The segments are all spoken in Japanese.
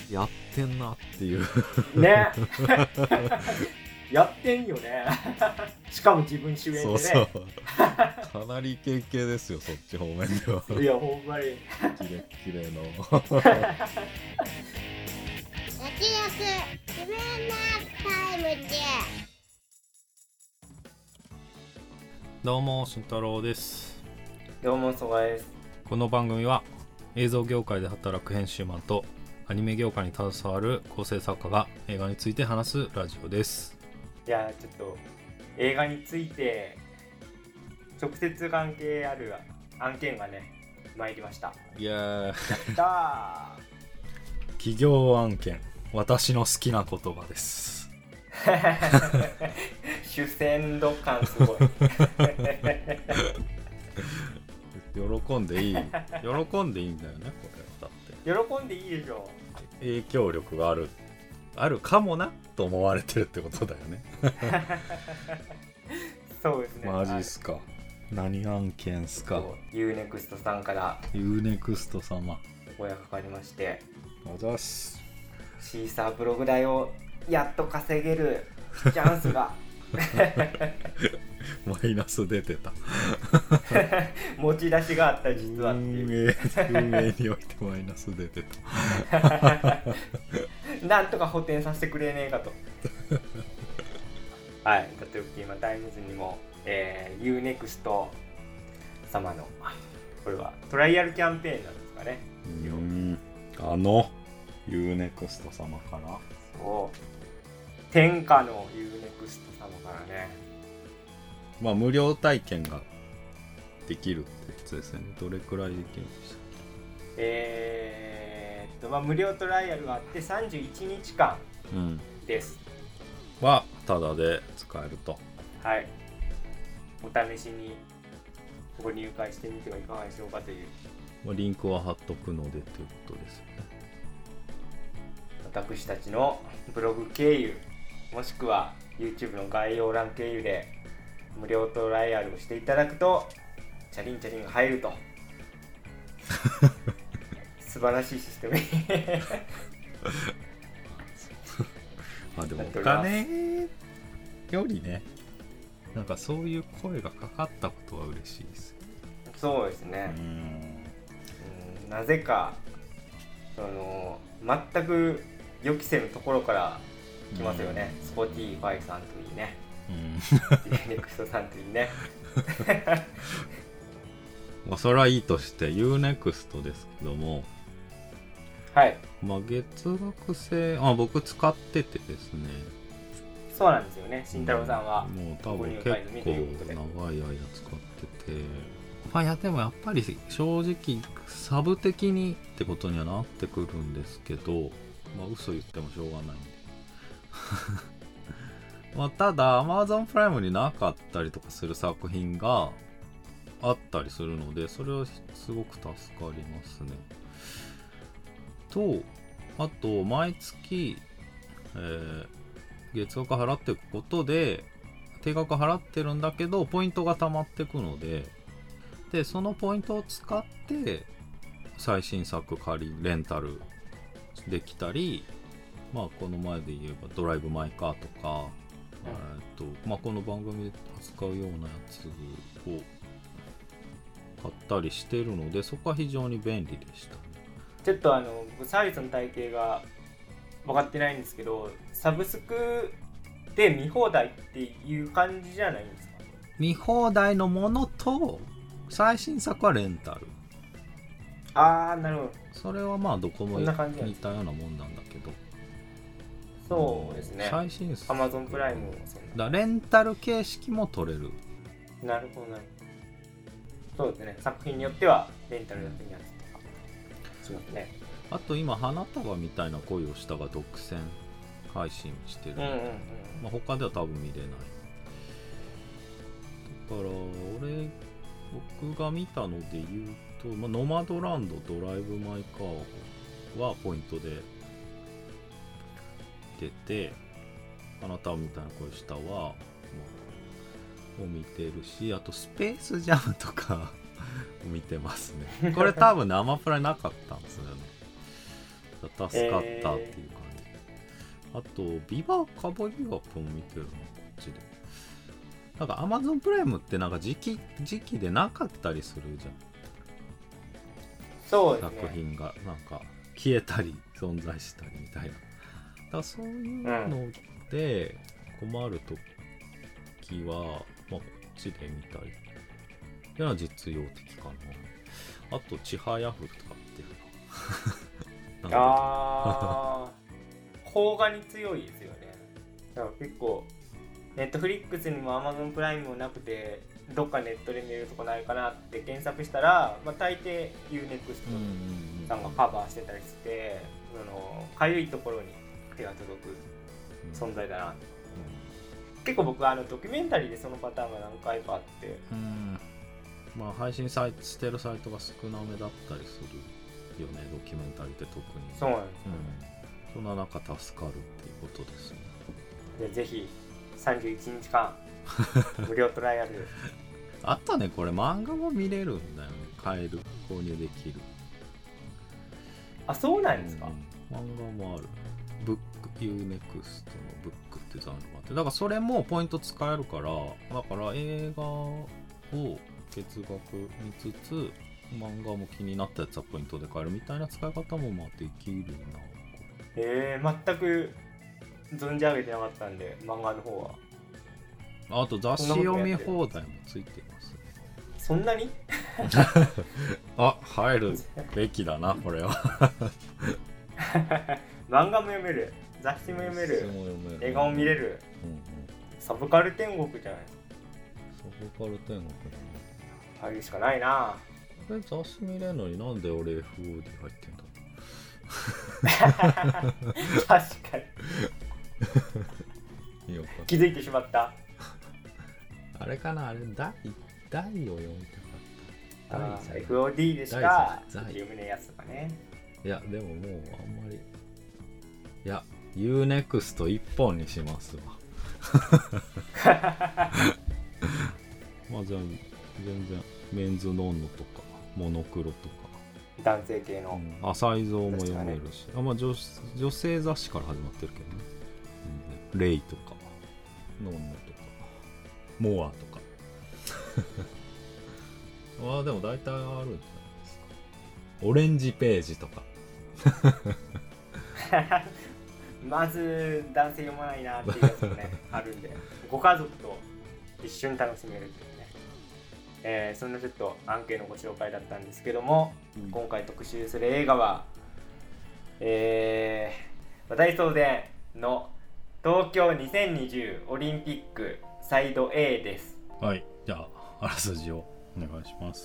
やってんなっていうねやってんよねしかも自分主演でね。 そうかなりイケイケですよ、そっち方面では。 いやほんまにキレッキレの自分のタイムで。 どうも慎太郎です。 どうもそばです。 この番組は映像業界で働く編集マンとアニメ業界に携わる構成作家が映画について話すラジオです。 いやちょっと映画について直接関係ある案件がね参りました。 いやーやったー企業案件、私の好きな言葉です主戦度感すごい喜んでいいんだよね、これは。だって喜んでいいでしょ。 影響力があるかもなと思われてるってことだよねそうですね。 マジっすか。何案件っすか。 UNEXT さんから UNEXT 様お声がかかりまして、 あざっす。 シーサーブログ代をやっと稼げるチャンスがマイナス出てた持ち出しがあった実はっていう運営においてマイナス出てたなんとか補填させてくれねえかとはい、だって今タイムズにも、UNEXT 様のこれはトライアルキャンペーンなんですかね。 UNEXT 様からそう天下の UNEXT 様からね、 まあ無料体験ができるってやつですよね。どれくらいできるんでしたっけ。 無料トライアルがあって31日間です、 はタダで使えると。 はい、お試しにご入会してみてはいかがでしょうかという。 リンクは貼っとくのでということですよね。 私たちのブログ経由もしくは YouTube の概要欄経由で無料トライアルをしていただくとチャリンチャリンが入ると素晴らしいシステムでもお金よりね、なんかそういう声がかかったことは嬉しいです。 そうですね。なぜか全く予期せぬところから来ますよね。Spotify さんといいね、UNEXT さんといいねまあそれはいいとして UNEXT ですけども、 はい、 まあ月額制、僕使っててですね。 そうなんですよね。慎太郎さんはもう多分結構長い間使ってて、いやでもやっぱり正直サブ的にってことにはなってくるんですけど、嘘言ってもしょうがないんでただ Amazon プライムになかったりとかする作品があったりするので、それはすごく助かりますね。とあと毎月、月額払っていくことで定額払ってるんだけどポイントが溜まっていくので、そのポイントを使って最新作レンタルできたり、この前で言えばドライブ・マイ・カーとか、この番組で扱うようなやつを買ったりしてるので、そこは非常に便利でした。 ちょっとサービスの体系が分かってないんですけど、サブスクで見放題っていう感じじゃないんですか？ 見放題のものと最新作はレンタル。 なるほど。 それはどこも似たようなもんなんだけど。 そうですね。 最新作 Amazon プライムもレンタル形式も取れる。 なるほどなるほど。そうですね。作品によってはレンタルだけにやつとかしますね。あと今花束みたいな恋をしたが独占配信してる、他では多分見れない。だから僕が見たので言うと、ノマドランド、ドライブ・マイ・カーはポイントで出て、花束みたいな恋したは、を見てるし、あとスペースジャムとか見てますね。これ多分ねアマプラになかったんですよね。 助かったっていう感じ、あとビバカボイビバップも見てるのこっちで。なんか Amazon プライムってなんか時期でなかったりするじゃん。 そうですね。 作品がなんか消えたり存在したりみたいな。だからそういうので困るときは、まあこっちで見たりっていうのは実用的かな。あとちはやふとかっていうのああ邦画に強いですよね。だから結構ネットフリックスにも Amazon プライムもなくてどっかネットで見れるとこないかなって検索したら、まあ、大抵 UNEXT さんがカバーしてたりして、かゆいところに手が届く存在だな、結構僕ドキュメンタリーでそのパターンが何回かあって、 まあ配信してるサイトが少なめだったりするよね、ドキュメンタリーって特に。 そうなんです、 そんな中助かるっていうことですね。 でぜひ31日間無料トライアルあったね、これ漫画も見れるんだよね、買える、購入できる。 あ、そうなんですか、 漫画もある。ブック UNEXT のブックってジャンルがあって、だからそれもポイント使えるから、だから映画を月額見つつ漫画も気になったやつはポイントで買えるみたいな使い方もまあできるな。全く存じ上げてなかったんで、漫画の方は。 あと雑誌読み放題もついてますね。 そんなにあ、入るべきだなこれは漫画も読める、雑誌も読める、映画も見れる、サブカル天国じゃない。 サブカル天国だね。 入るしかないな。 これ雑誌見れるのになんで俺 FOD 入ってんだ確かによか気づいてしまった。 あれかな、あれ大を読みたかった。 FOD でしか読めないやつとかね。 いやでももうあんまり、いや UNEXT 一本にしますわまあ全然メンズノンノとかモノクロとか男性系の、 浅井蔵も読めるし、まあ、女性雑誌から始まってるけどね、レイとかノンノとかモアとかまあでも大体あるんじゃないですか。オレンジページとかまず男性読まないなっていうやつもねあるんで、ご家族と一緒に楽しめるっていうね、そんなちょっとアンケートのご紹介だったんですけども、今回特集する映画は、話題騒然の東京2020オリンピックサイド A です。 はい、じゃああらすじをお願いします。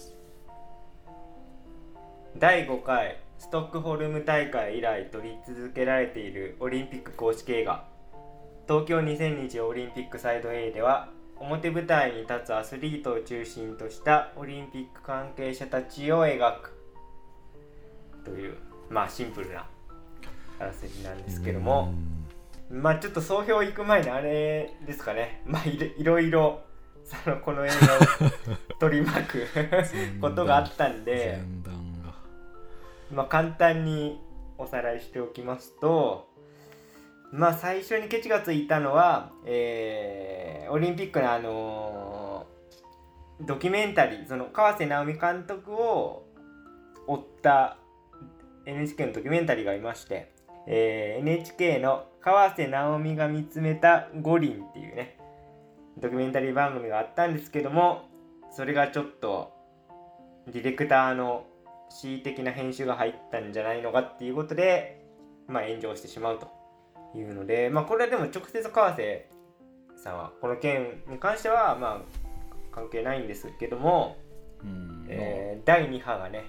第5回ストックホルム大会以来撮り続けられているオリンピック公式映画東京2020オリンピックサイド A では、表舞台に立つアスリートを中心としたオリンピック関係者たちを描くという、まあシンプルなあらすじなんですけども、まあちょっと総評行く前にあれですかね、まあいろいろこの映画を取り巻くことがあったんで、まあ簡単におさらいしておきますと、まあ最初にケチがついたのは、オリンピックのドキュメンタリー、その河瀬直美監督を追った NHK のドキュメンタリーがありまして、NHK の河瀬直美が見つめた五輪っていうねドキュメンタリー番組があったんですけども、それがちょっとディレクターの恣意的な編集が入ったんじゃないのかっていうことで、まあ炎上してしまうというので、まあこれはでも直接河瀬さんはこの件に関してはまあ関係ないんですけども、第2波がね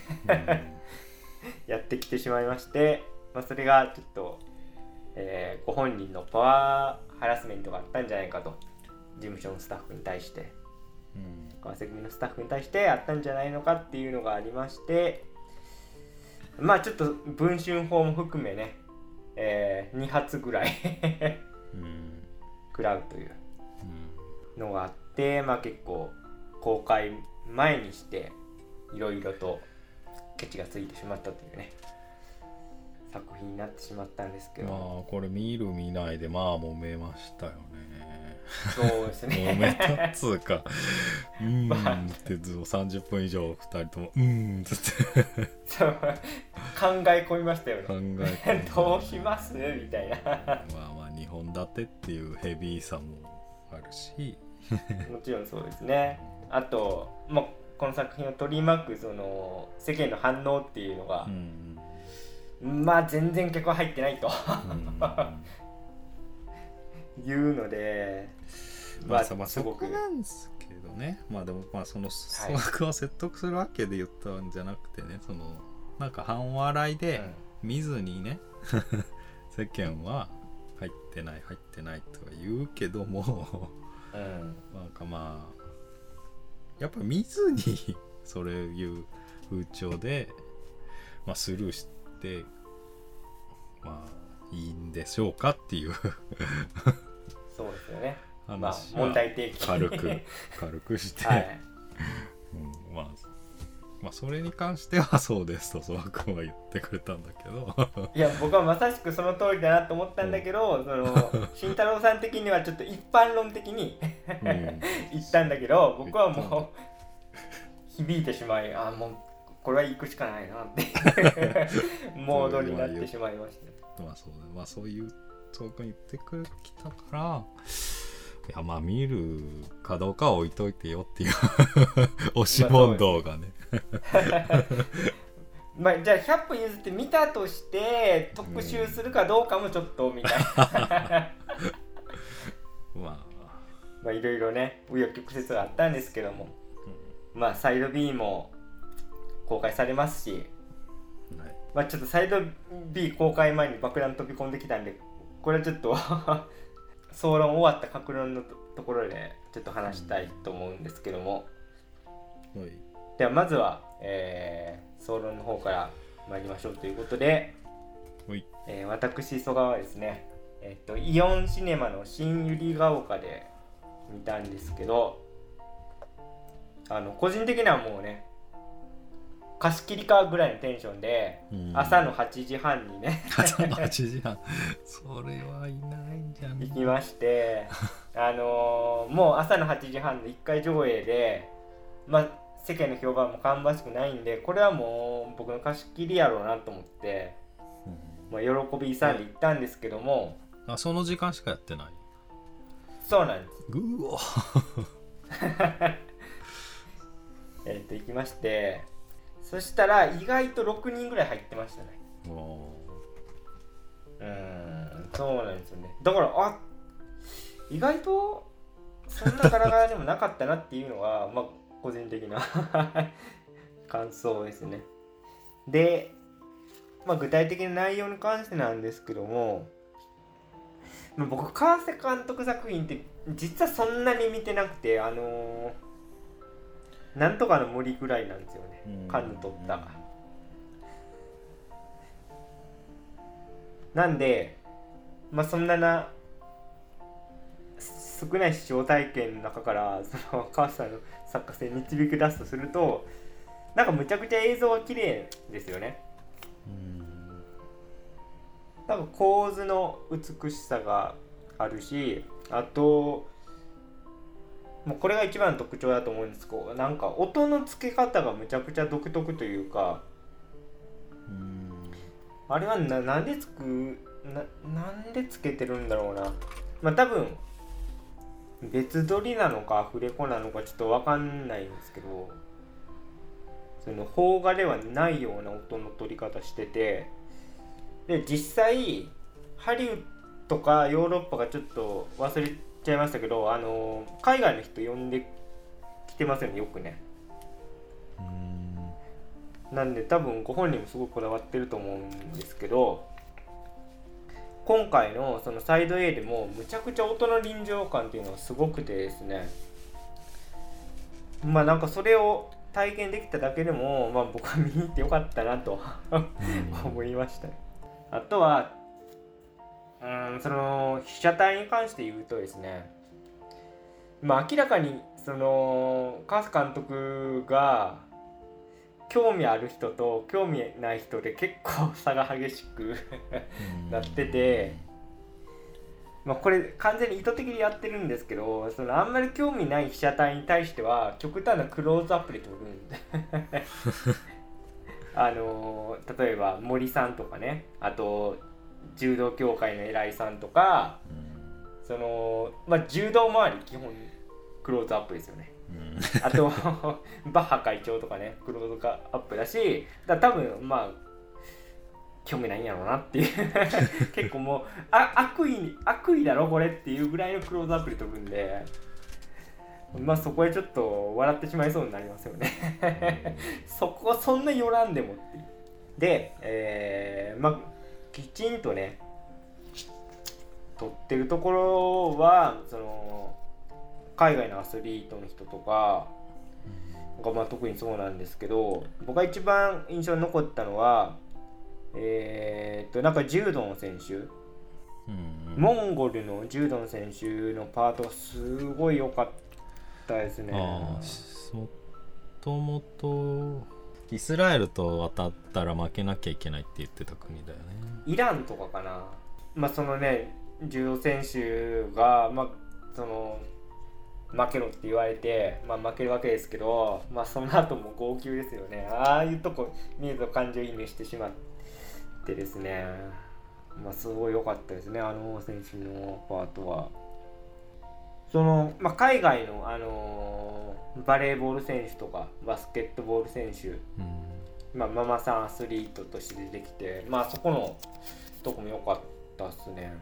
やってきてしまいまして、まあ、それがちょっと、ご本人のパワーハラスメントがあったんじゃないかと、事務所のスタッフに対して、川瀬組のスタッフに対してあったんじゃないのかっていうのがありまして、まあちょっと文春法も含めね、2発ぐらい食らうというのがあって、まあ結構公開前にしていろいろとケチがついてしまったというね作品になってしまったんですけど、 まあこれ見る見ないでまあ揉めましたよね。 そうですね揉めたっつうかって30分以上2人ともつってそう考え込みましたよね考え込んでどうしますみたいなまあ2本立てっていうヘビーさもあるしもちろんそうですね。あと、まあ、この作品を取り巻くその世間の反応っていうのが、まあ全然結構入ってないというので、 まあそこなんですけどね。まあでもまあその総額を説得するわけで言ったんじゃなくてね、そのなんか半笑いで見ずにね、世間は入ってないとか言うけどもなんかまあやっぱ見ずにそういう風潮で、まあ、スルーしてまあいいんでしょうかっていうそうですよね。 話まあ問題提起軽くして、 はいまあそれに関してはそうですと曽我君は言ってくれたんだけどいや僕はまさしくその通りだなと思ったんだけど、その慎太郎さん的にはちょっと一般論的に言ったんだけど、僕はもう響いてしまい、もうこれは行くしかないなってモードになってしまいました。 まあそうね、まあそういうそう言ってくれきたから、いやまあ見るかどうかは置いといてよっていう押し問答がね。 まあじゃあ100歩譲って見たとして特集するかどうかもちょっとみたいなまあいろいろね紆余曲折があったんですけども、まあサイド B も公開されますし、まあちょっとサイド B 公開前に爆弾飛び込んできたんで、これはちょっと総論終わった各論のところでちょっと話したいと思うんですけども、ではまずは、総論の方から参りましょうということで、私曽我はですね、イオンシネマの新百合ヶ丘で見たんですけど、個人的にはもうね貸し切りかぐらいのテンションで、朝の8時半にね朝の8時半それはいないんじゃない行きましてもう朝の8時半の1回上映で、まあ世間の評判も芳しくないんで、これはもう僕の貸し切りやろうなと思って、まあ、喜び勇んで行ったんですけども、 その時間しかやってない。 そうなんです。 うわ行きまして、そしたら意外と6人ぐらい入ってましたね。そうなんですよね。だから意外とそんなガラガラでもなかったなっていうのはまあ個人的な感想ですね。で、まあ、具体的な内容に関してなんですけども、僕川瀬監督作品って実はそんなに見てなくて、なんとかの森ぐらいなんですよね、カンヌ取った。なんでまあそんな少ない視聴体験の中からその川瀬さんの作家性に導き出すとすると、なんかむちゃくちゃ映像が綺麗ですよね。多分構図の美しさがあるし、あともうこれが一番の特徴だと思うんですけど、なんか音の付け方がむちゃくちゃ独特というか、あれはなんでつけてるんだろうな。まあ多分別撮りなのかアフレコなのかちょっと分かんないんですけど、その邦画ではないような音の取り方してて、で実際ハリウッドかヨーロッパがちょっと忘れちゃいましたけど、海外の人呼んできてますよね、よくね。なんで多分ご本人もすごくこだわってると思うんですけど、今回のそのサイド A でもむちゃくちゃ音の臨場感っていうのがすごくてですね、まあなんかそれを体験できただけでも、まあ僕は見に行ってよかったなと思いました。あとはその被写体に関して言うとですね、まあ明らかにその川瀬監督が興味ある人と興味ない人で結構差が激しくなってて、まあ、これ完全に意図的にやってるんですけど、そのあんまり興味ない被写体に対しては極端なクローズアップで撮るんで例えば森さんとかね、あと柔道協会の偉いさんとか、その、まあ、柔道周り基本クローズアップですよね。あとバッハ会長とかね、クローズアップだし、だ多分まあ興味ないんやろうなっていう結構もう悪意だろこれっていうぐらいのクローズアップで飛ぶんで、まあそこへちょっと笑ってしまいそうになりますよねそんな寄らんでもっていうで、まあきちんとね撮ってるところはその海外のアスリートの人とかが、まあ、特にそうなんですけど、僕が一番印象に残ったのはなんか柔道の選手、モンゴルの柔道の選手のパートすごい良かったですね。 もともとイスラエルと当たったら負けなきゃいけないって言ってた国だよね。 イランとかかな。まあそのね柔道選手がまあその負けろって言われて、まあ、負けるわけですけど、まあ、その後も号泣ですよね。ああいうとこ見ると感情移入してしまってですね、まあ、すごい良かったですね、あの選手のパートは。その、まあ、海外の、バレーボール選手とかバスケットボール選手、まあ、ママさんアスリートとして出てきて、まあ、そこのとこも良かったですね。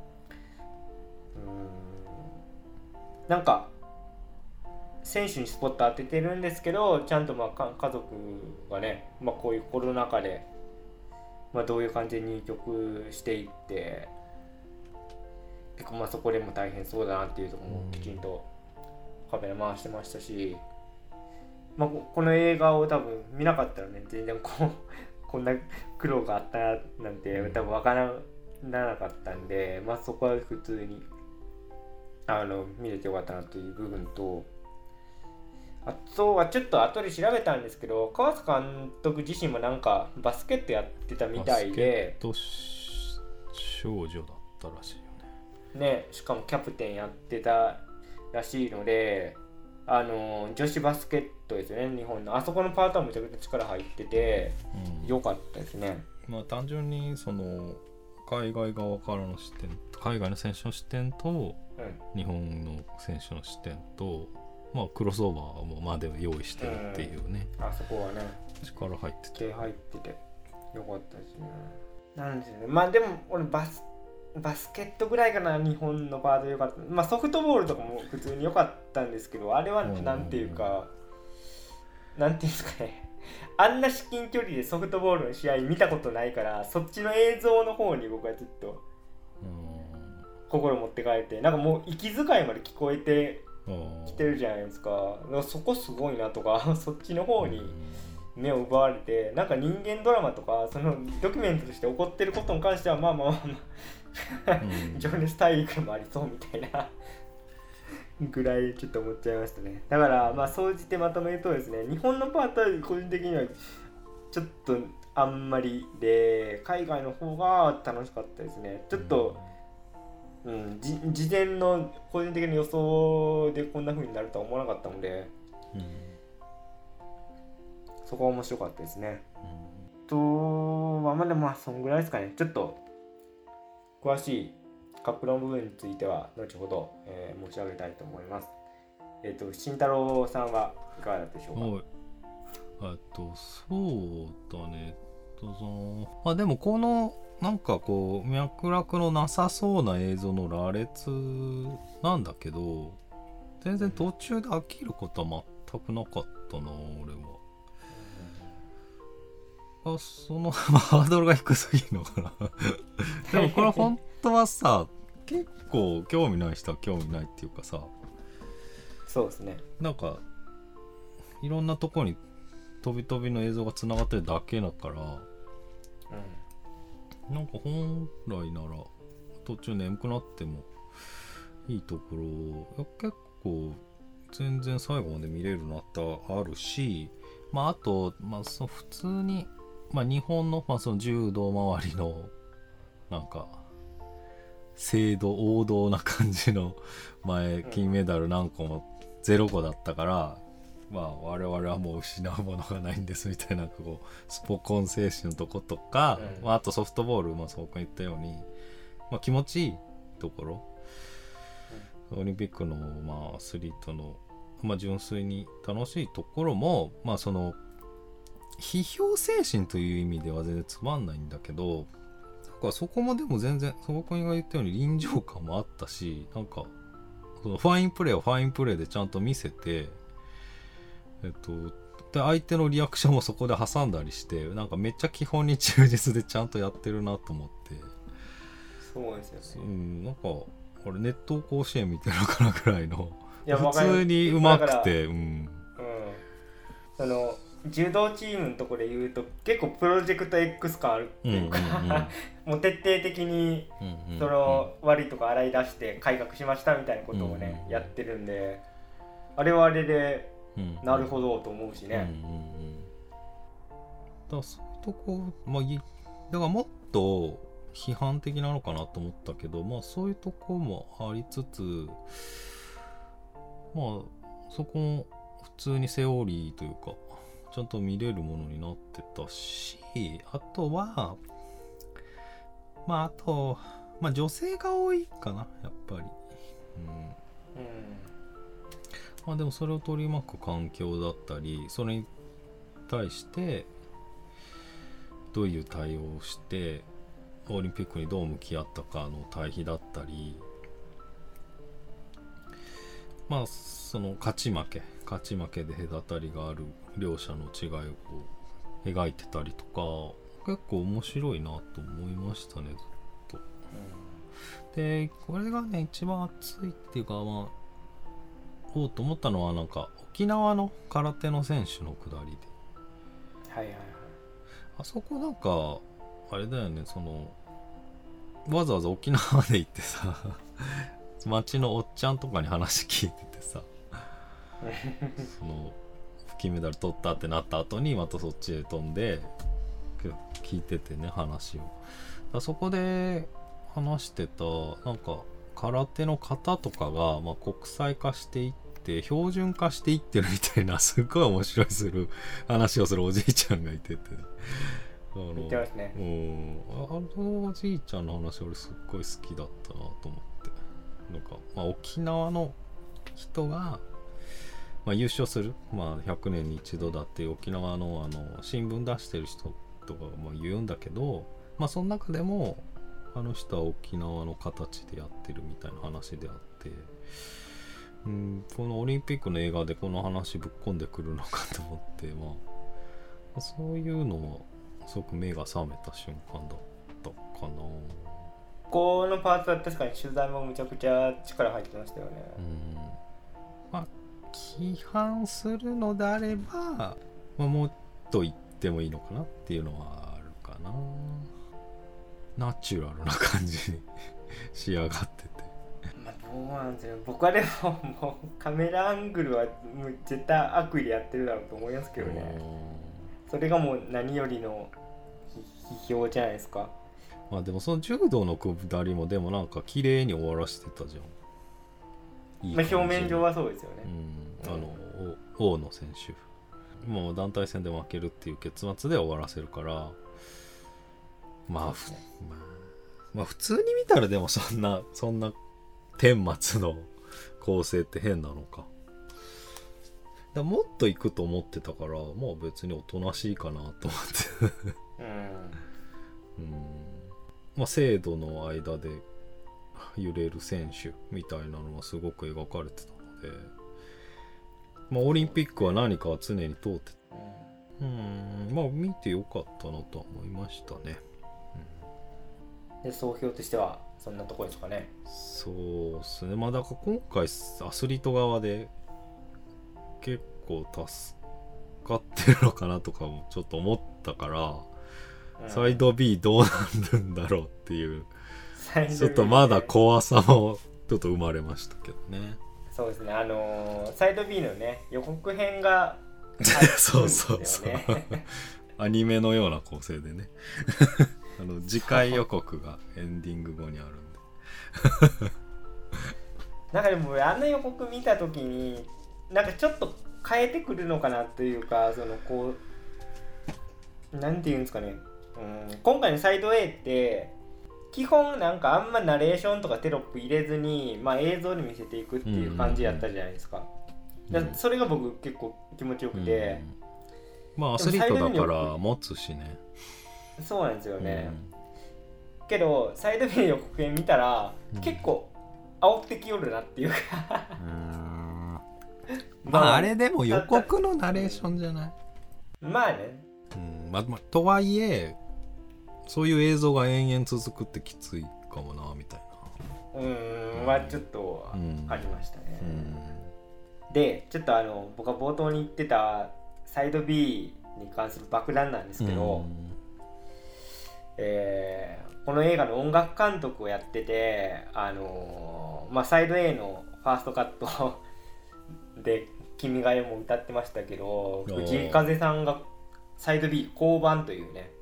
なんか選手にスポット当ててるんですけど、ちゃんとまあ家族がね、まあ、こういうコロナ禍で、まあ、どういう感じで入局していって結構まあそこでも大変そうだなっていうところもきちんとカメラ回してましたし、まあ、この映画を多分見なかったらね全然こんな苦労があったなんて多分分からなかったんで、まあ、そこは普通に見れてよかったなという部分と、あとはちょっと後で調べたんですけど、川津監督自身もなんかバスケットやってたみたいで、 バスケット少女だったらしいよね。しかもキャプテンやってたらしいので、女子バスケットですよね、日本のあそこのパートはめちゃくちゃ力入ってて、良かったですね。 まあ単純にその海外側からの視点、海外の選手の視点と、日本の選手の視点と、まあクロスオーバーもまで用意してるっていうね、 あそこはね力入ってて入っててよかったですね。なんですよね。まあでも俺バスケットぐらいかな、日本のパート良かった。まあソフトボールとかも普通に良かったんですけど、あれはなんていうか、なんていうんですかね、あんな至近距離でソフトボールの試合見たことないから、そっちの映像の方に僕はずっと心持って帰って、なんかもう息遣いまで聞こえてきてるじゃないですか。だからそこすごいなとかそっちの方に目を奪われて、なんか人間ドラマとかそのドキュメントとして起こってることに関してはまあ情熱大陸もありそうみたいなぐらいちょっと思っちゃいましたね。だからまあ総じてまとめるとですね、日本のパートは個人的にはちょっとあんまりで、海外の方が楽しかったですね。ちょっと事前の個人的な予想でこんな風になるとは思わなかったので、そこは面白かったですね。とはまだまあそんぐらいですかね。ちょっと詳しいカップの部分については後ほど、申し上げたいと思います。慎太郎さんはいかがだったでしょうか。 そうだね。まあでもこのなんかこう脈絡のなさそうな映像の羅列なんだけど、全然途中で飽きることは全くなかったな俺は。そのハードルが低すぎるのかなでもこれ本当はさ結構興味ない人は興味ないっていうかさ、 そうですね、 なんかいろんなとこに飛び飛びの映像がつながってるだけだから、なんか本来なら途中眠くなってもいいところ結構全然最後まで見れるなってあるし、 まああと、まあ、その普通に、まあ、日本の、まあ、その柔道周りのなんか王道な感じの前金メダル何個も0個だったから、まあ我々はもう失うものがないんですみたいなこうスポコン精神のとことか、まあ、あとソフトボールもそう言ったように、まあ、気持ちいいところ、オリンピックの、まあ、アスリートの、まあ、純粋に楽しいところも、まあ、その批評精神という意味では全然つまんないんだけど、なんかそこもでも全然そこが言ったように臨場感もあったし、なんかそのファインプレーをファインプレーでちゃんと見せて、で相手のリアクションもそこで挟んだりして、なんかめっちゃ基本に忠実でちゃんとやってるなと思って。 そうですよね。 なんか俺熱湯甲子園見てるかなぐらいの、 いや普通にうまくて、 その柔道チームのところで言うと結構プロジェクト X 感あるっていうか、もう徹底的にその悪いとこ洗い出して改革しましたみたいなことをね、やってるんで、あれはあれでなるほどと思うしね。 だからそういうとこ、まあ、だからもっと批判的なのかなと思ったけど、まあそういうとこもありつつ、まあそこも普通にセオリーというかちゃんと見れるものになってたし、あとはまあ女性が多いかなやっぱり、まあでもそれを取り巻く環境だったり、それに対してどういう対応をしてオリンピックにどう向き合ったかの対比だったり、まあその勝ち負けで隔たりがある両者の違いを描いてたりとか、結構面白いなと思いましたね、ずっと。でこれがね一番熱いっていうか、まあと思ったのはなんか沖縄の空手の選手のくだりで、あそこなんかあれだよね、そのわざわざ沖縄で行ってさ町のおっちゃんとかに話聞いててさその金メダル取ったってなった後にまたそっちへ飛んで聞いててね話を。だそこで話してたなんか空手の型とかが、まあ、国際化していって標準化していってるみたいなすごい面白い話をするおじいちゃんがいてて、 言ってますね。 あのおじいちゃんの話俺すっごい好きだったなと思って、なんか、まあ、沖縄の人が、まあ、優勝する、まあ、100年に一度だって沖縄の、新聞出してる人とかも言うんだけど、まあ、その中でもあの人は沖縄の形でやってるみたいな話であって、このオリンピックの映画でこの話ぶっ込んでくるのかと思って、まあ、そういうのはすごく目が覚めた瞬間だったかな。 このパーツは確かに取材もむちゃくちゃ力入ってましたよね。 まあ批判するのであれば、まあ、もっと言ってもいいのかなっていうのはあるかな。ナチュラルな感じに仕上がってて、 まあどうなんですよ。僕はでももうカメラアングルはもう絶対悪意でやってるだろうと思いますけどね。それがもう何よりの批評じゃないですか。 まあでもその柔道のくだりもでもなんか綺麗に終わらせてたじゃん。いいまあ、表面上はそうですよね。 大野選手もう団体戦で負けるっていう結末で終わらせるから、まあ普通に見たらでもそんな顛末の構成って変なのか。だもっと行くと思ってたから、もう別におとなしいかなと思ってまあ制度の間で揺れる選手みたいなのはすごく描かれてたので、まあオリンピックは何かは常に通ってまあ見てよかったなとは思いましたね。 で総評としてはそんなところですかね。 そうですね。まあだから今回アスリート側で結構助かってるのかなとかもちょっと思ったから、サイド B どうなるんだろうっていうちょっとまだ怖さもちょっと生まれましたけどね。 そうですね。サイド B のね予告編がそうそうそうアニメのような構成でね次回予告がエンディング後にあるんでなんかでもあの予告見た時になんかちょっと変えてくるのかなというか、そのこうなんていうんですかね、今回のサイド A って基本なんかあんまナレーションとかテロップ入れずに、まあ、映像で見せていくっていう感じやったじゃないですか。それが僕結構気持ちよくて、 まあアスリートだから持つしね。 そうなんですよね、けどサイド B の予告編見たら、結構煽ってきよるなっていうかまああれでも予告のナレーションじゃない？ まあね、 まあ、とはいえそういう映像が延々続くってきついかもなみたいな。 はちょっとありましたね。でちょっと僕が冒頭に言ってたサイド B に関する爆弾なんですけど、この映画の音楽監督をやってて、まあ、サイド A のファーストカットで君が代も歌ってましたけど、藤井風さんがサイド B 降板というね。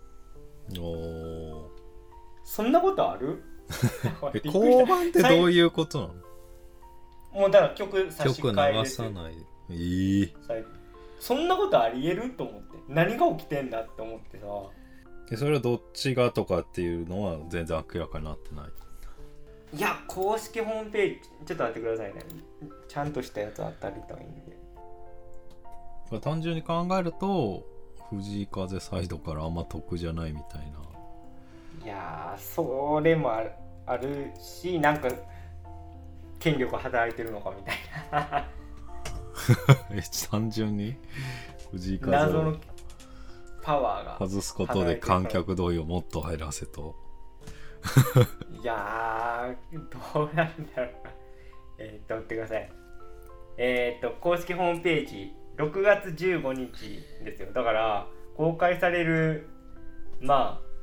そんなことある？ 降板ってどういうことなの？ もうだから曲差し替え流ですよ。 さない。 そんなことありえると思って、何が起きてんだって思ってさ。 それはどっちがとかっていうのは全然明らかになってない。 いや、公式ホームページちょっと待ってくださいね。ちゃんとしたやつあったりたいんで。 単純に考えると藤井風サイドからあんま得じゃないみたいな。 いやー、それもあるし、なんか権力働いてるのかみたいな単純に藤井風謎のパワーが外すことで観客同意をもっと入らせといやー、どうなんだろう待ってください。公式ホームページ6月15日ですよ。だから公開されるまあ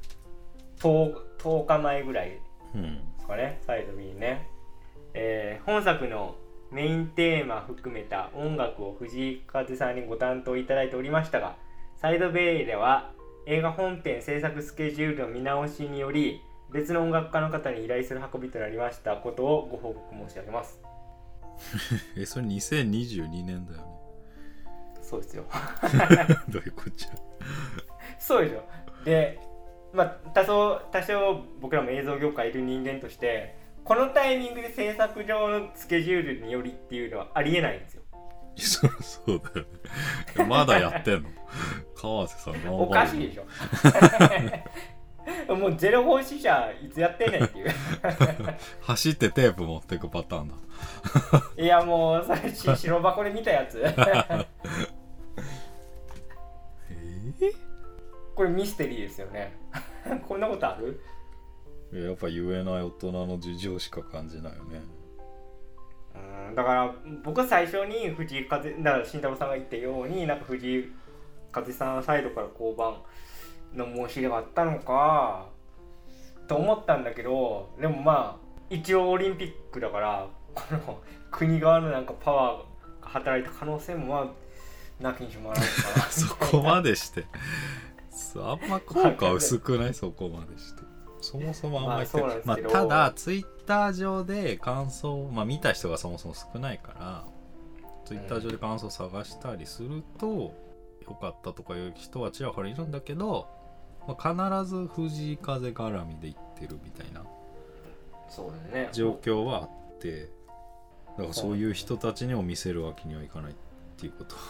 10日前ぐらいですかね、サイド B ね。本作のメインテーマ含めた音楽を藤井風さんにご担当いただいておりましたが、サイド B では映画本編制作スケジュールの見直しにより別の音楽家の方に依頼する運びとなりましたことをご報告申し上げますそれ2022年だよね。 そうですよどういうこっちゃそうでしょ。で、まあ多少僕らも映像業界いる人間としてこのタイミングで制作上のスケジュールによりっていうのはありえないんですよ。 そうだよね。まだやってんの川瀬さん頑張る。 おかしいでしょもうゼロ放射者いつやってんねんっていう走ってテープ持ってくパターンだいやもうそれ白箱で見たやつこれミステリーですよねこんなことある？ やっぱ言えない大人の事情しか感じないよね。 だから僕は最初に藤井風だから慎太郎さんが言ったようになんか藤井風さんサイドから降板の申し入れがあったのかと思ったんだけど、でもまあ一応オリンピックだからこの国側のなんかパワーが働いた可能性もまあなきにしもあらずかなそこまでしてあんま効果薄くないそこまでしてそもそもあんまり言ってない。ただツイッター上で感想見た人がそもそも少ないからツイッター上で感想探したりすると、良かったとかいう人はちらほらいるんだけど、必ず藤井風絡みで言ってるみたいな状況はあって、だからそういう人たちにも見せるわけにはいかないっていうこと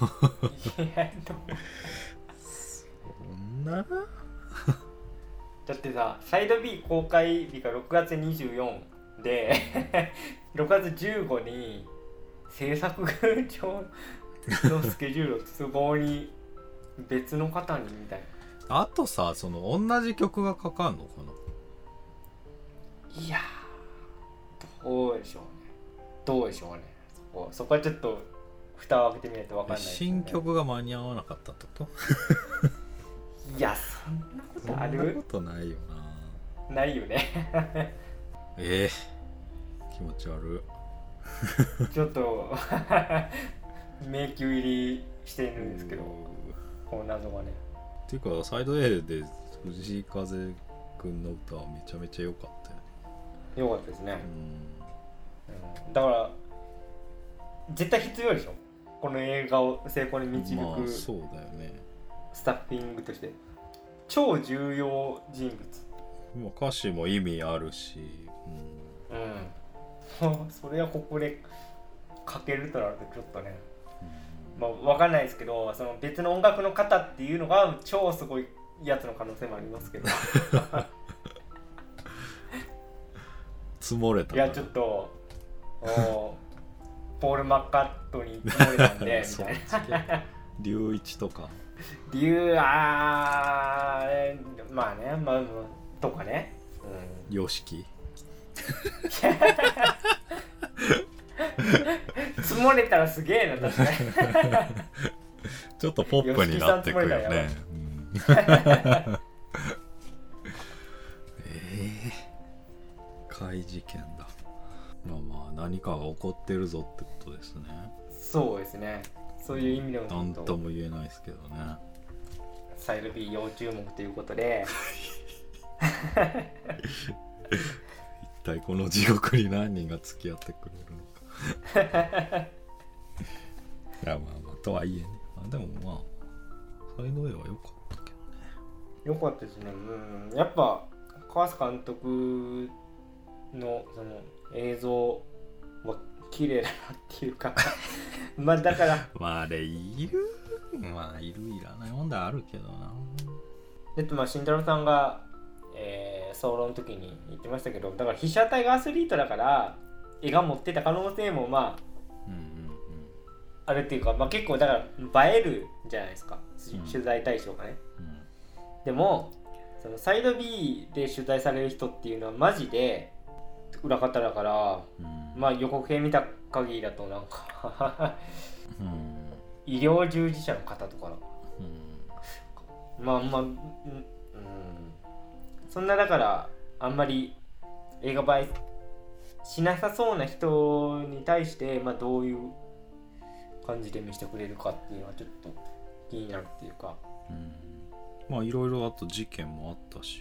そんなだってさ、サイド B 公開日が6月24で6月15に制作上のスケジュールを都合に別の方にみたいな。あとさ、その同じ曲がかかんのかな。いやどうでしょうね。そこはちょっと蓋を開けてみないと分かんないですね。 新曲が間に合わなかったってこといや、そんなことある？ そんなことないよな。ないよね気持ち悪いちょっと迷宮入りしてるんですけど、この謎がね。 っていうかサイド A で藤井風くんの歌はめちゃめちゃ良かったよね。 良かったですね。だから絶対必要でしょ、この映画を成功に導く、 まあそうだよね。 スタッフィングとして超重要人物。 まあ歌詞も意味あるし、 それはここで書けるとなるとちょっとね、まあ分かんないですけど、その別の音楽の方っていうのが超すごいやつの可能性もありますけど積もれたいやちょっとポール・マッカートニー積もれたんでみたいな龍一とかまあね、まあとかね、 ヨシキ積もれたらすげえな、確かにちょっとポップになってくるよね。怪事件だ。まあ何かが起こってるぞってことですね。 そうですね、そういう意味でも何とも言えないですけどね。 サイド B 要注目ということで一体この地獄に何人が付き合ってくれるのかいやまあとはいえね、でもまあサイド A は良かったけどね。 良かったですね。やっぱ川瀬監督のその映像は綺麗だなっていうかまあだからまああれいるいらない問題あるけどな。 まあ慎太郎さんが、総論の時に言ってましたけど、だから被写体がアスリートだから絵が持ってた可能性もまあ、あるっていうか、まあ、結構だから映えるじゃないですか、取材対象がね、でもそのサイド B で取材される人っていうのはマジで裏方だから、まあ予告編見た限りだとなんか医療従事者の方とか、まあそんなだからあんまり映画映えしなさそうな人に対して、まあ、どういう感じで見せてくれるかっていうのはちょっと気になるっていうか、 まあいろいろあと事件もあったし、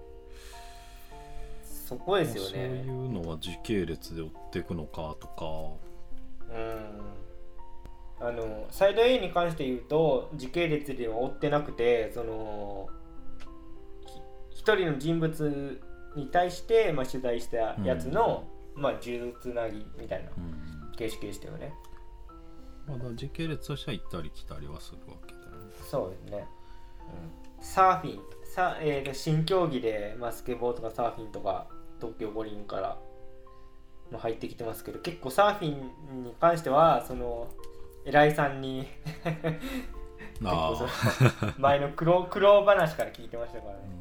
そこですよね。 そういうのは時系列で追っていくのかとか、 サイド A に関して言うと時系列では追ってなくて、その一人の人物に対して、まあ、取材したやつの、まあ数珠つなぎみたいな形式でしたよね。 まだ時系列としては行ったり来たりはするわけだよね。 そうですね。サーフィン、新競技で、まあ、スケボーとかサーフィンとか東京五輪からも入ってきてますけど、結構サーフィンに関してはその偉いさんに結構その前の苦労話から聞いてましたからね。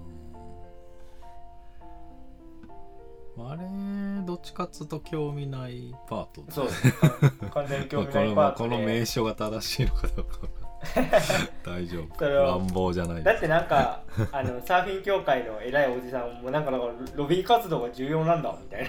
あれどっちかっつうと興味ないパート。 そうですね、完全に興味ないパートでこの名称が正しいのかどうか大丈夫、乱暴じゃない。 だってなんかサーフィン協会の偉いおじさんもなんかロビー活動が重要なんだみたいな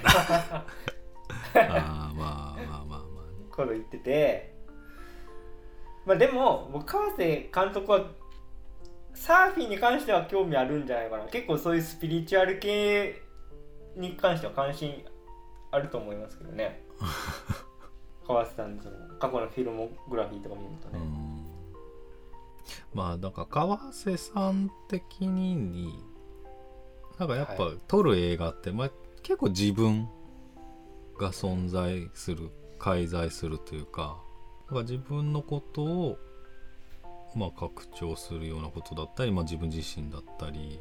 まあこと言ってて、まあでも川瀬監督はサーフィンに関しては興味あるんじゃないかな。結構そういうスピリチュアル系に関しては関心あると思いますけどね川瀬さんのその過去のフィルモグラフィーとか見るとね、 まあだから川瀬さん的になんかやっぱ撮る映画って、まあ、結構自分が存在する介在するというか、なんか自分のことをまあ拡張するようなことだったり、まあ、自分自身だったり、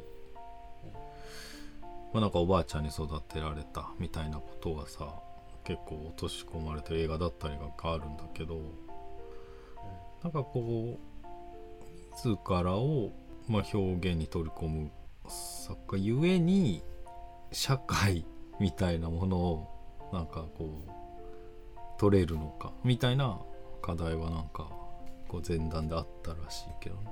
まあ、なんかおばあちゃんに育てられたみたいなことがさ結構落とし込まれてる映画だったりがあるんだけど、なんかこう自らを、まあ、表現に取り込む作家ゆえに社会みたいなものをなんかこう取れるのかみたいな課題はなんかこう前段であったらしいけど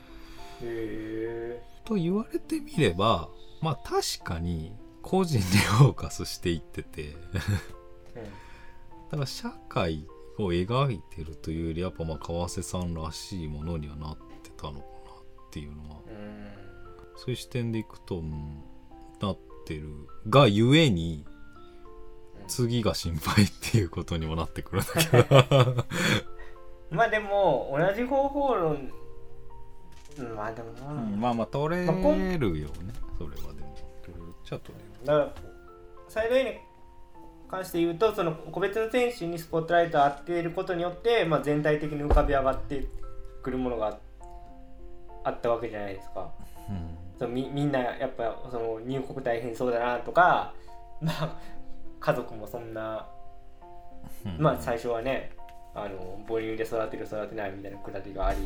ね。と言われてみればまあ確かに個人でフォーカスしていっててだから社会を描いてるというよりやっぱ川瀬さんらしいものにはなってたのかなっていうのは、そういう視点でいくと、なってるがゆえに次が心配っていうことにもなってくるんだけどまあでも同じ方法論、まあでも取れるよね、それは。でも取れるっちゃ取れる。 だからサイド A に関して言うと、その個別の選手にスポットライトを当てることによって、全体的に浮かび上がってくるものがあったわけじゃないですか。みんなやっぱその入国大変そうだなとか、家族もそんな、最初はね、母乳で育てる育てないみたいなくだりがあり、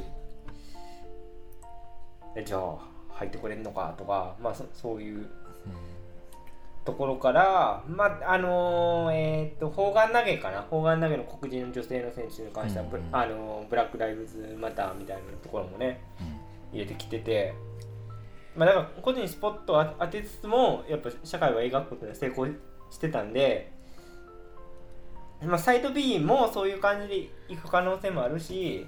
じゃあ入ってこれんのかとか、そういうところから、砲丸投げかな、砲丸投げの黒人の女性の選手に関しては、ブラックライブズマターみたいなところもね、入れてきてて、だから個人にスポットを当てつつもやっぱ社会は描くことに成功してたんで、サイド B もそういう感じでいく可能性もあるし、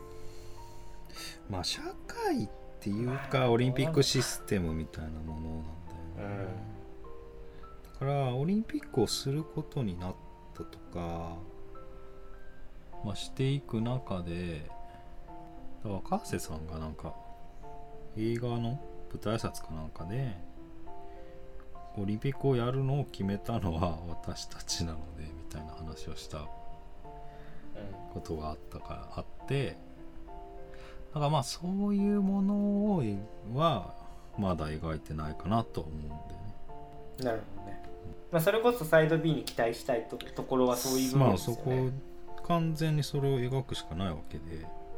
社会っていうかオリンピックシステムみたいなものなんだよね。だからオリンピックをすることになったとか、していく中で、だから川瀬さんがなんか映画の舞台挨拶かなんかでオリンピックをやるのを決めたのは私たちなのでみたいな話をしたことがあって、だからそういうものはまだ描いてないかなと思うんだよね。 なるほどね。それこそサイド B に期待したいところはそういう部分ですよね。 そこ完全にそれを描くしかないわけで、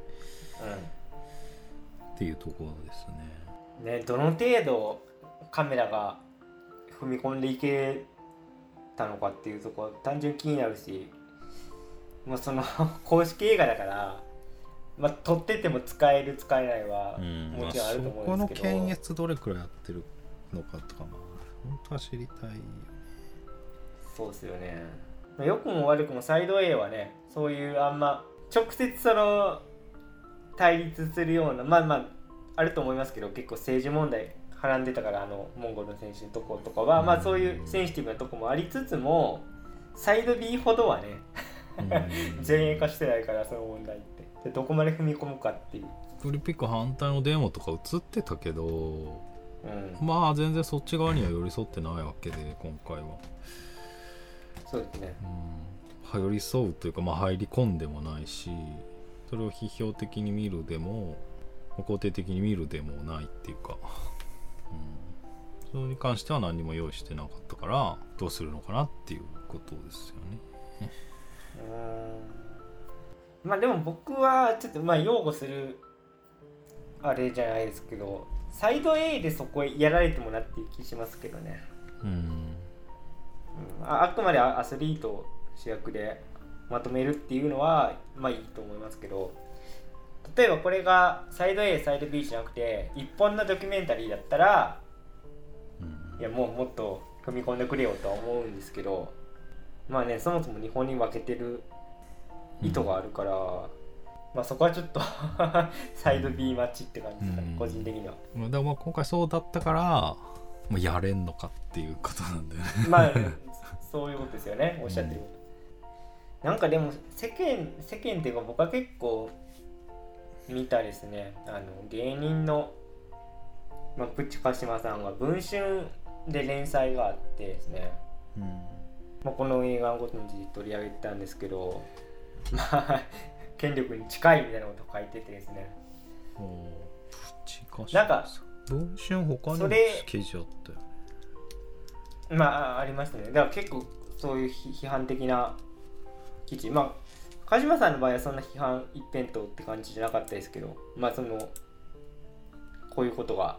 っていうところですね。 どの程度カメラが踏み込んでいけたのかっていうところ単純に気になるし、その公式映画だから、撮ってても使える使えないはもちろんあると思うんですけど、 そこの検閲どれくらいやってるのかとか本当は知りたいよね。 そうですよね。良くも悪くもサイド A はね、そういう直接その対立するようなあると思いますけど、結構政治問題はらんでたからモンゴルの選手のとことかは、そういうセンシティブなとこもありつつも、サイド B ほどはね前衛化してないから、その問題ってどこまで踏み込むかっていう。 オリンピック反対のデモとか映ってたけど、全然そっち側には寄り添ってないわけで、今回はそうですね、 寄り添うというか、入り込んでもないし、それを批評的に見るでも肯定的に見るでもないっていうか、それに関しては何も用意してなかったから、どうするのかなっていうことですよね。でも僕はちょっと擁護するあれじゃないですけど、サイド A でそこやられてもなっていう気しますけどね。あくまでアスリートを主役でまとめるっていうのはいいと思いますけど、例えばこれがサイド A サイド B じゃなくて一本のドキュメンタリーだったら、いやもっと踏み込んでくれよとは思うんですけど、そもそも日本に分けてる意図があるから、そこはちょっとサイド B マッチって感じですかね、個人的には。 でも今回そうだったからやれんのかっていうことなんだよね。 そういうことですよね、おっしゃってること。なんかでも世間っていうか、僕は結構見たですね、芸人の、プチカシマさんが文春で連載があってですね、この映画のことについて取り上げてたんですけど、権力に近いみたいなことを書いててですね、なんか文春他にも記事あったよね。 ありましたね。だから結構そういう批判的な記事、鹿島さんの場合はそんな批判一辺倒って感じじゃなかったですけど、そのこういうことが、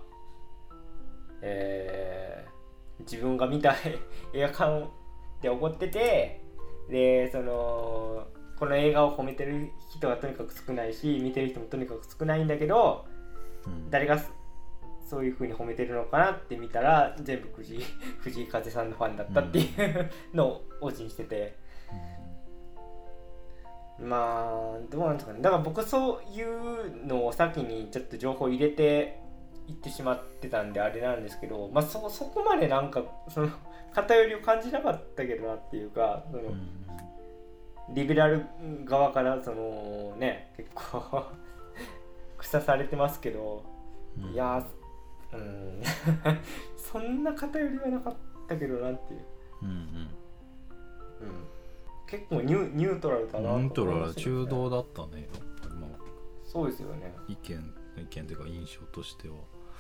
自分が見た映画館で起こってて、でこの映画を褒めてる人はとにかく少ないし、見てる人もとにかく少ないんだけど、誰がそういう風に褒めてるのかなって見たら、全部藤井風さんのファンだったっていうのをオチにしてて、 まあどうなんですかね。だから僕そういうのを先にちょっと情報入れていってしまってたんであれなんですけど、まあそこまでなんかその偏りを感じなかったけどなっていうか、その、リベラル側からそのね結構腐されてますけど、いやそんな偏りはなかったけどなっていう、結構ニュートラルだなと思いましたけどね。 ニュートラル中道だったね、やっぱり。まあそうですよね。 意見というか印象としては、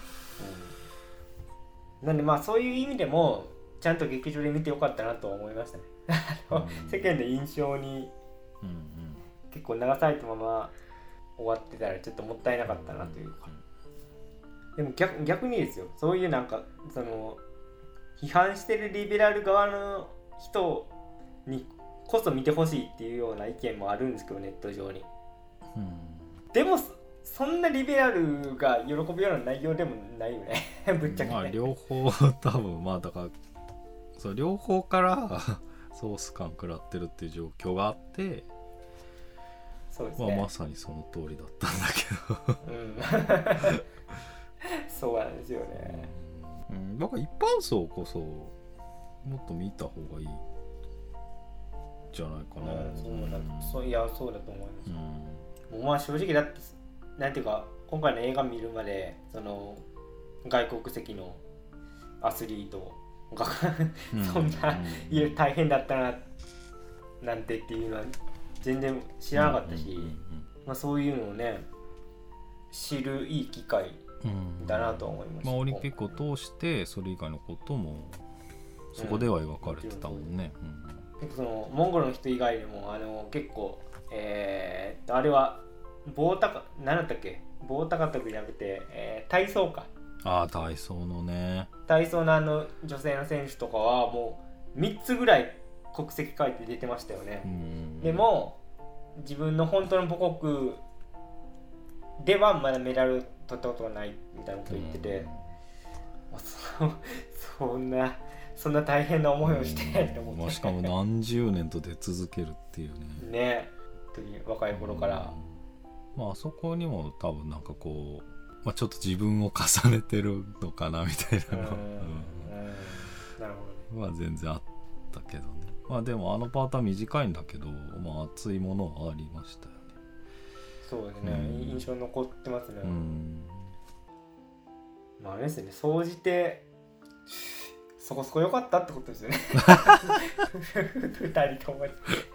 なんでまあそういう意味でもちゃんと劇場で見てよかったなとは思いましたね。世間の印象に結構流されたまま終わってたらちょっともったいなかったなというか、でも逆にですよ、そういうなんかその批判してるリベラル側の人にこそ見てほしいっていうような意見もあるんですけど、ネット上に、でもそんなリベラルが喜ぶような内容でもないよねぶっちゃけね。 まあ両方多分まあだからそう両方からソース感食らってるっていう状況があって、 そうですね、 まあ、まさにその通りだったんだけどそうなんですよね。 だから一般層こそもっと見た方がいいじゃないかな。 いやそうだと思います。もうまあ正直だってなんていうか今回の映画見るまでその外国籍のアスリートがそんな、大変だったななんてっていうのは全然知らなかったし、まあ、そういうのをね知るいい機会だなと思いました。 まあ、オリンピックを通してそれ以外のこともそこでは描かれてたもんね。 結構そのモンゴルの人以外でも結構あれは何だったっけ、棒高跳びじゃなくて、体操か。 体操のね、 体操の女性の選手とかはもう3つぐらい国籍書いて出てましたよね。でも自分の本当の母国ではまだメダル取ったことがないみたいなこと言ってて、そんな大変な思いをしてと思って、 しかも何十年と出続けるっていうねね、本当に若い頃から、 まああそこにも多分なんかこう、まあ、ちょっと自分を重ねてるのかなみたいなのなるほど、 まあ全然あったけどね。まあでもあのパートは短いんだけど、まあ熱いものはありましたよね。 そうですね、印象に残ってますね。まああれですね、総じてそこそこ良かったってことですよね2人とも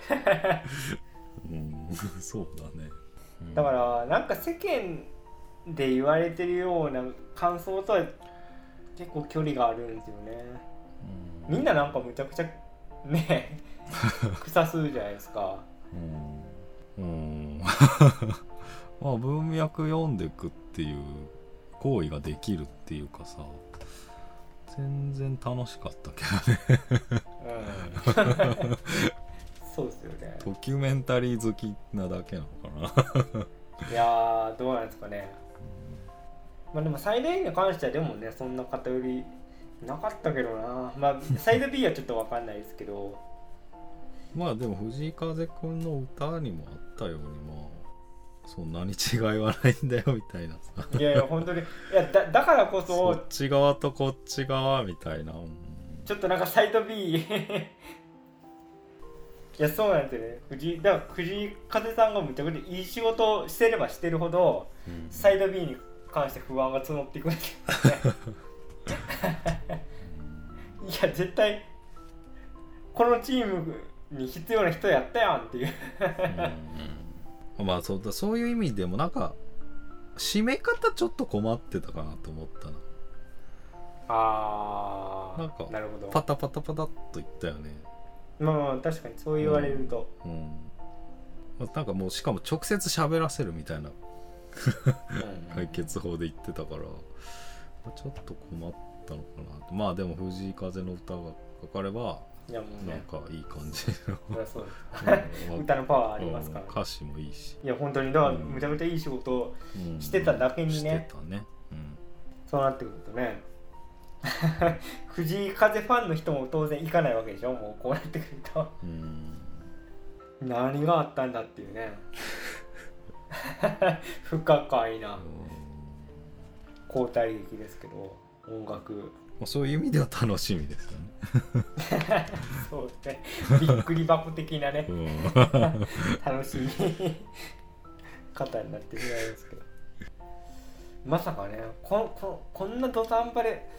そうだね、 だからなんか世間で言われてるような感想とは結構距離があるんですよね。みんななんかむちゃくちゃね草すじゃないですか。 まあ文脈読んでくっていう行為ができるっていうかさ、全然楽しかったけどねそうですよね。 ドキュメンタリー好きなだけなのかないやーどうなんですかね。まあでもサイド A に関してはでもねそんな偏りなかったけどな。まあサイド B はちょっと分かんないですけどまあでも藤井風くんの歌にもあったように、まあそんなに違いはないんだよみたいなさいやいや本当に、いやだからこそそっち側とこっち側みたいな、 ちょっとなんかサイド B いやそうなんですよね。藤井風さんがむちゃくちゃいい仕事をしてればしてるほど、サイド B に関して不安が募っていくわけですねいや絶対このチームに必要な人やったやんっていうまあそういう意味でもなんか締め方ちょっと困ってたかなと思ったな。なんかなるほど、 パタパタパタっといったよね。 まあ確かにそう言われると、 なんかもうしかも直接喋らせるみたいな解決法で言ってたからちょっと困ったのかなと。まあでも藤井風の歌がかかればいやもう、ね、 なんかいい感じのそう歌のパワーありますから、 歌詞もいいし、 いや本当にだからむちゃむちゃいい仕事をしてただけにね、 してたね、 そうなってくるとね藤井風ファンの人も当然行かないわけでしょ、もうこうなってくると何があったんだっていうね不可解な交代劇ですけど、音楽そういう意味では楽しみですよねそうね、びっくり箱的なね楽しみ方になってしまいますけど、まさかねこんな土壇場で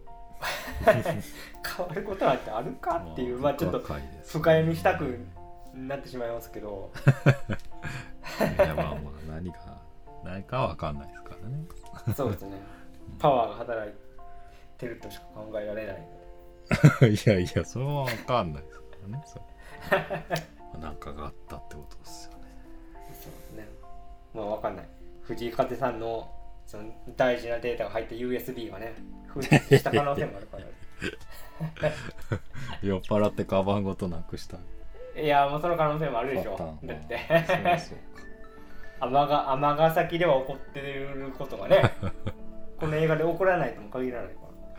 変わることなんてあるかっていう、まあちょっと深読みしたくなってしまいますけどいやまあ何かは分かんないですからねそうですね、パワーが働いてるとしか考えられないいやそれは分かんないですからねなんかがあったってことですよね。 そうですね、まあ分かんない、藤井風さんのその大事なデータが入った USB がね紛失した可能性もあるから酔っ払ってカバンごとなくした。 いやもうその可能性もあるでしょ。だって尼崎では起こってることがねこの映画で起こらないとも限らない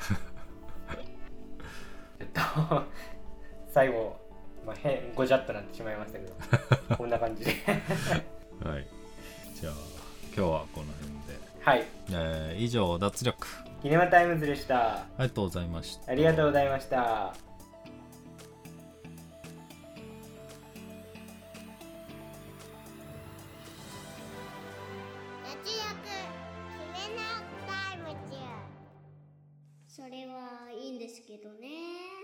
から最後、ごじゃっとなってしまいましたけどこんな感じではい、じゃあ今日はこの辺で、 はい、 以上脱力キネマタイムズでした。 ありがとうございました。 ありがとうございました。 それはいいんですけどね。